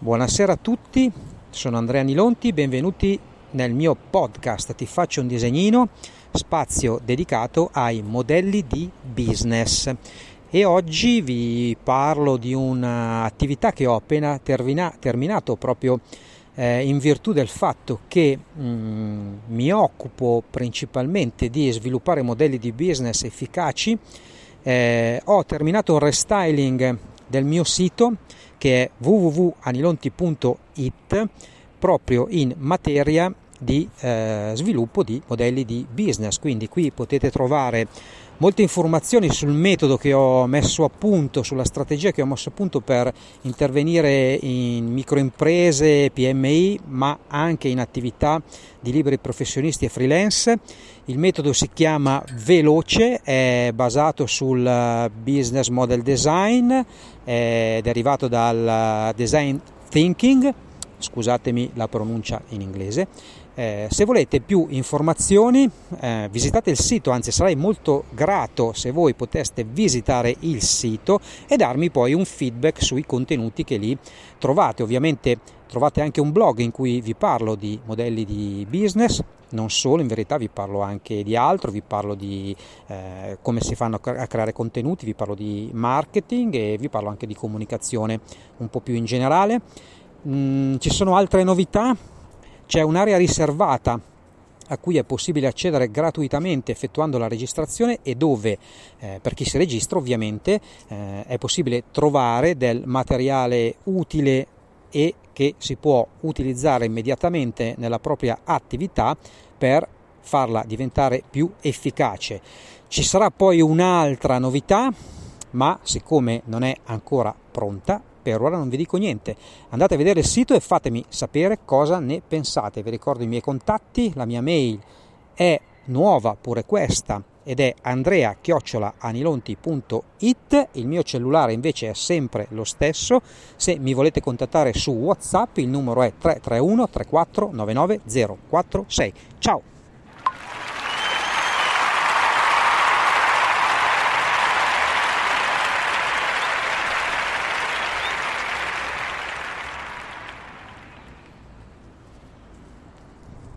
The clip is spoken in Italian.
Buonasera a tutti, sono Andrea Nilonti, benvenuti nel mio podcast Ti faccio un disegnino, spazio dedicato ai modelli di business. E oggi vi parlo di un'attività che ho appena terminato proprio in virtù del fatto che mi occupo principalmente di sviluppare modelli di business efficaci. Ho terminato il restyling del mio sito, che è www.anilonti.it, proprio in materia di sviluppo di modelli di business. Quindi qui potete trovare molte informazioni sul metodo che ho messo a punto, sulla strategia che ho messo a punto per intervenire in microimprese, PMI, ma anche in attività di liberi professionisti e freelance. Il metodo si chiama Veloce, è basato sul business model design, è derivato dal design thinking, scusatemi la pronuncia in inglese. Se volete più informazioni visitate il sito, anzi sarei molto grato se voi poteste visitare il sito e darmi poi un feedback sui contenuti che lì trovate. Ovviamente trovate anche un blog in cui vi parlo di modelli di business, non solo, in verità vi parlo anche di altro, vi parlo di come si fanno a creare contenuti, vi parlo di marketing e vi parlo anche di comunicazione un po' più in generale. Ci sono altre novità. C'è un'area riservata a cui è possibile accedere gratuitamente effettuando la registrazione e dove, per chi si registra ovviamente, è possibile trovare del materiale utile e che si può utilizzare immediatamente nella propria attività per farla diventare più efficace. Ci sarà poi un'altra novità, ma siccome non è ancora pronta, per ora non vi dico niente. Andate a vedere il sito e fatemi sapere cosa ne pensate. Vi ricordo i miei contatti, la mia mail è nuova pure questa ed è andrea@anilonti.it. Il mio cellulare invece è sempre lo stesso. Se mi volete contattare su WhatsApp il numero è 331 34 99 046. Ciao!